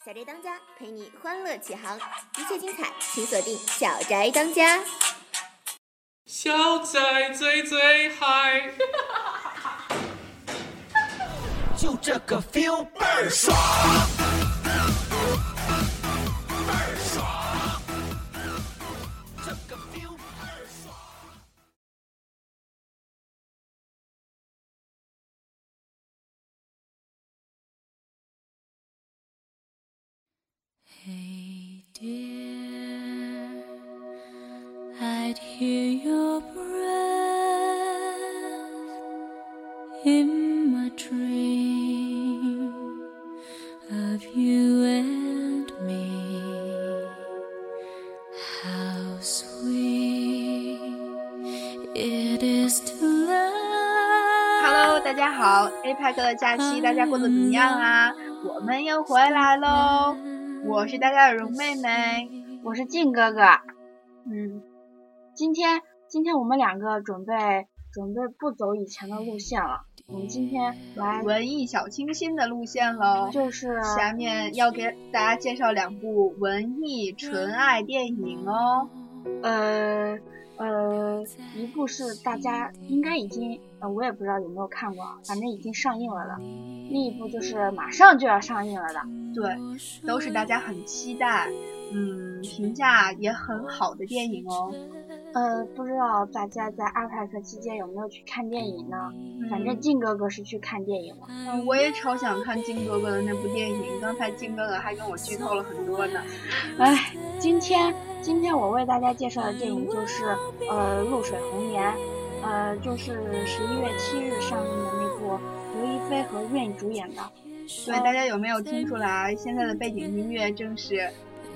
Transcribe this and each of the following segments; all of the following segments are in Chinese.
小宅当家陪你欢乐起航，一切精彩请锁定小宅当家。 小宅最最嗨， 就这个 feel 倍儿爽，倍儿爽，这个 feel 倍儿爽。 Hey dear, I'd hear your breath in my dream of you and me. How sweet it is to love.Hello， 大家好 ，APEC 的假期大家过得怎么样啊？我们又回来喽！我是大家的蓉妹妹， 我是静哥哥。今天我们两个准备不走以前的路线了，我们今天来文艺小清新的路线喽。 就是下面要给大家介绍两部文艺纯爱电影哦。 一部是大家应该已经我也不知道有没有看过，反正已经上映了的。另一部就是马上就要上映了的。 对，都是大家很期待，评价也很好的电影哦。 不知道大家在APEC期间有没有去看电影呢？反正静哥哥是去看电影了。 我也超想看静哥哥的那部电影，刚才静哥哥还跟我剧透了很多呢。 今天我为大家介绍的电影就是露水红颜，就是11月7日上映的那部刘亦菲和苑主演的。 对，大家有没有听出来？现在的背景音乐正是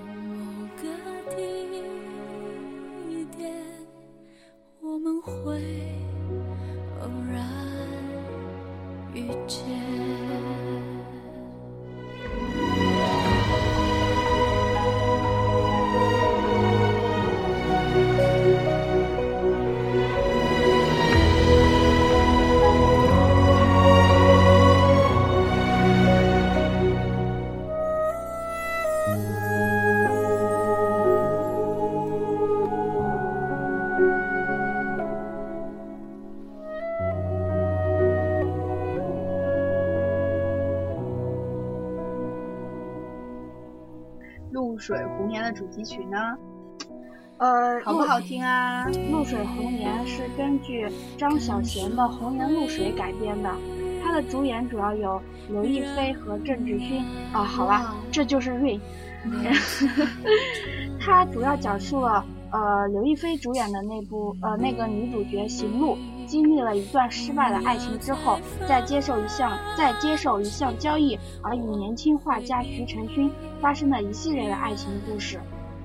我们会偶然遇见。 露水红颜的主题曲呢？好不好听啊？ 露水红颜是根据张小娴的《红颜露水》改编的，它的主演主要有刘亦菲和郑智薰。好吧，这就是Rain。它主要讲述了刘亦菲主演的那个女主角行路经历了一段失败的爱情之后，再接受一项交易而与年轻画家徐承勋发生的一系列的爱情故事。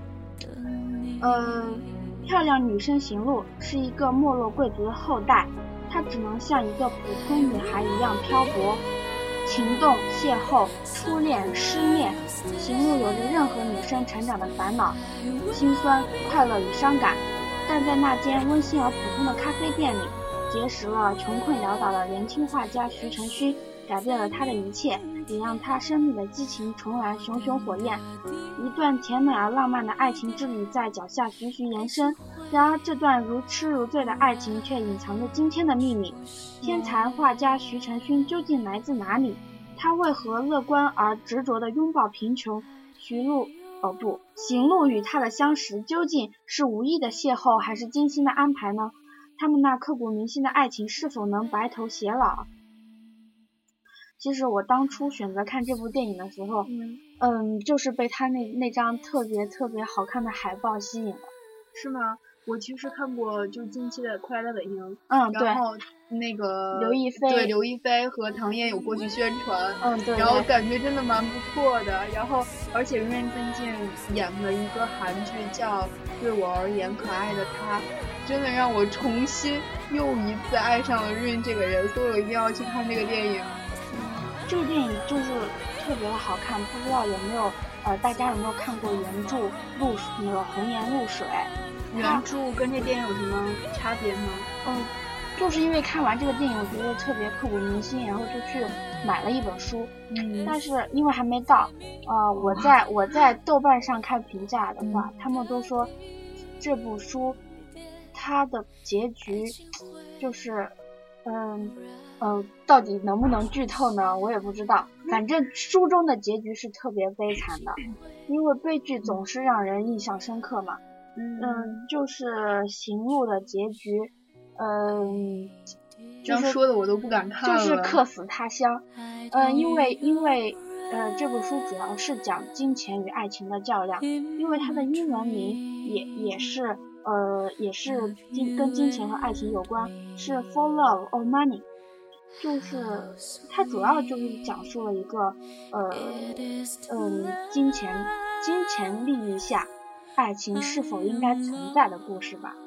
漂亮女生行路是一个没落贵族的后代，她只能像一个普通女孩一样漂泊，情动、邂逅、初恋、失恋，行路有着任何女生成长的烦恼、心酸、快乐与伤感。但在那间温馨而普通的咖啡店里，结识了穷困潦倒的年轻画家徐承勋，改变了他的一切，也让他生命的激情重燃熊熊火焰。一段甜美而浪漫的爱情之旅在脚下徐徐延伸，然而这段如痴如醉的爱情却隐藏着惊天的秘密。天才画家徐承勋究竟来自哪里？他为何乐观而执着地拥抱贫穷？行路与他的相识究竟是无意的邂逅还是精心的安排呢？他们那刻骨铭心的爱情是否能白头偕老？其实我当初选择看这部电影的时候，就是被他那张特别特别好看的海报吸引了。 是吗？我其实看过就近期的《快乐大本营》， 然后那个刘亦菲和唐嫣有过去宣传， 对， 然后感觉真的蛮不错的。然后而且Rain最近演了一个韩剧叫《对我而言可爱的他》，真的让我重新又一次爱上了Rain这个人，所以我一定要去看这个电影。 这个电影就是特别的好看，不知道有没有大家有没有看过原著那个《红颜露水》？ 原著跟这电影有什么差别吗？ 就是因为看完这个电影，我觉得特别刻骨铭心，然后就去买了一本书，但是因为还没到，我在豆瓣上看评价的话，他们都说这部书它的结局就是到底能不能剧透呢？我也不知道。反正书中的结局是特别悲惨的，因为悲剧总是让人印象深刻嘛。就是行路的结局， 这样说的我都不敢看了。 就是客死他乡。因为这部书主要是讲金钱与爱情的较量，因为它的英文名也是跟金钱和爱情有关，是 For Love or Money。就是它主要就是讲述了一个金钱利益下爱情是否应该存在的故事吧。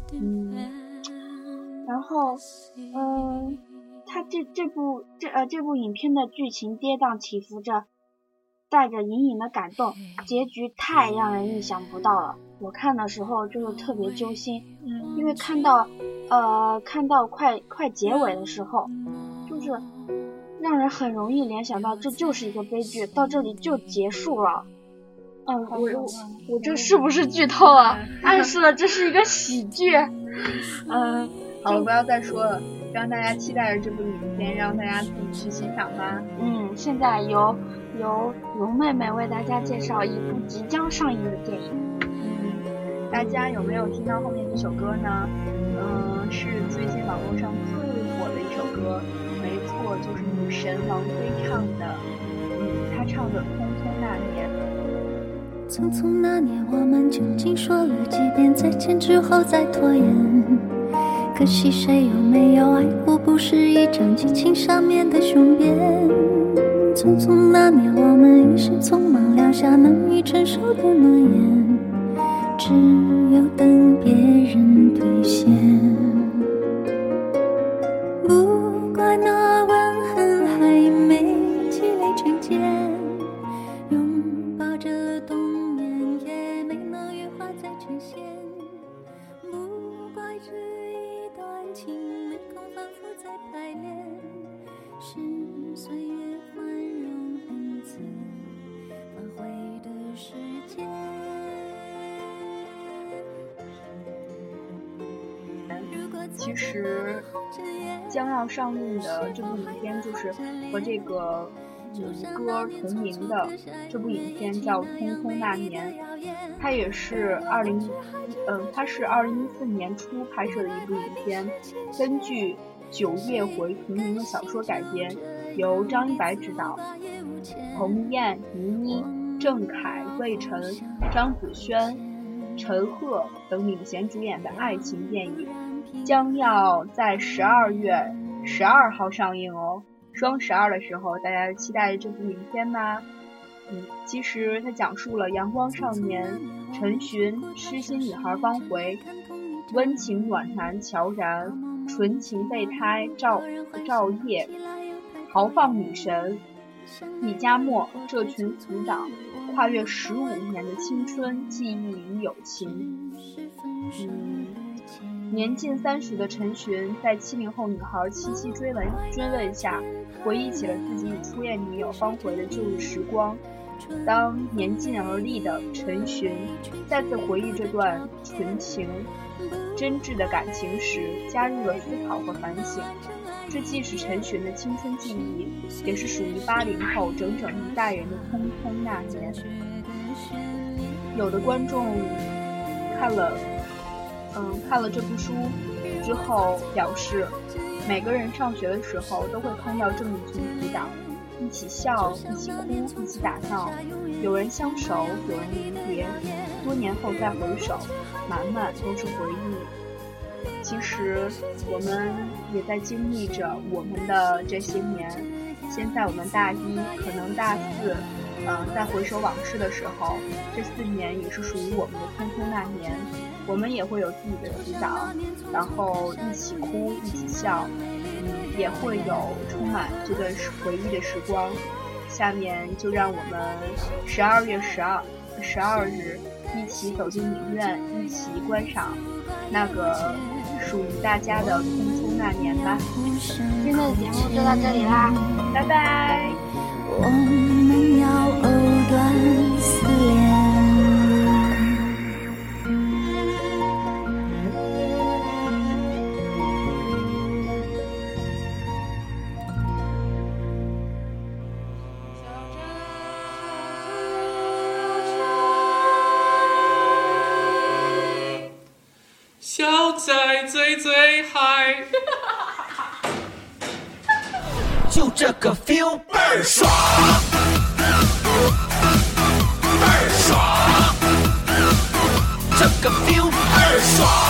然后它这部影片的剧情跌宕起伏着，带着隐隐的感动，结局太让人意想不到了。我看的时候就是特别揪心，因为看到快结尾的时候，就是让人很容易联想到这就是一个悲剧，到这里就结束了。我这是不是剧透啊？暗示了这是一个喜剧。 好了，不要再说了，让大家期待着这部影片，让大家自己去欣赏吧。 现在由蓉妹妹为大家介绍一部即将上映的电影。 大家有没有听到后面这首歌呢？是最近网络上最火的一首歌，没错，就是女神王菲唱的。她唱的《匆匆那年》。 匆匆那年，我们究竟说了几遍再见之后再拖延？可惜谁有没有爱过，不是一张激情上面的雄辩。匆匆那年，我们一时匆忙撂下难以承受的诺言，只有等别人兑现。不怪那吻痕还没积累成茧，拥抱着冬眠也没能羽化再成仙。不怪这一段情没空反复再排练，是岁月宽容恩赐反悔的时间。 其实将要上映的这部影片就是和这个歌同名的这部影片叫《匆匆那年》，它也是2014年初拍摄的一部影片，根据九夜回同名的小说改编，由张一白执导，彭晏、倪妮、郑恺、魏晨、张子萱、陈赫等领衔主演的爱情电影，将要在12月12号上映哦。双12的时候，大家期待这部影片吗？其实它讲述了阳光少年陈寻、痴心女孩方茴、温情暖男乔然、纯情备胎赵烨、豪放女神李佳默这群死党跨越15年的青春记忆与友情。年近30的陈寻在70后女孩七夕追问下，回忆起了自己与初恋女友方茴的旧日时光。当年近而立的陈寻再次回忆这段纯情真挚的感情时，加入了思考和反省。这既是陈寻的青春记忆，也是属于80后整整一代人的匆匆那年。有的观众看了这部书之后表示，每个人上学的时候都会碰到这么一群死党，一起笑，一起哭，一起打闹，有人相守，有人离别，多年后再回首，满满都是回忆。其实我们也在经历着我们的这些年，现在我们大一，可能大四，在回首往事的时候，这4年也是属于我们的匆匆那年。我们也会有自己的死党，然后一起哭，一起笑，也会有充满这段回忆的时光。下面就让我们12月12日一起走进影院，一起观赏那个属于大家的匆匆那年吧。 今天的节目就到这里啦， 拜拜。 我们要藕断丝连。 小仔最最嗨， 就这个 feel 倍儿爽，倍儿爽，这个 feel 倍儿爽。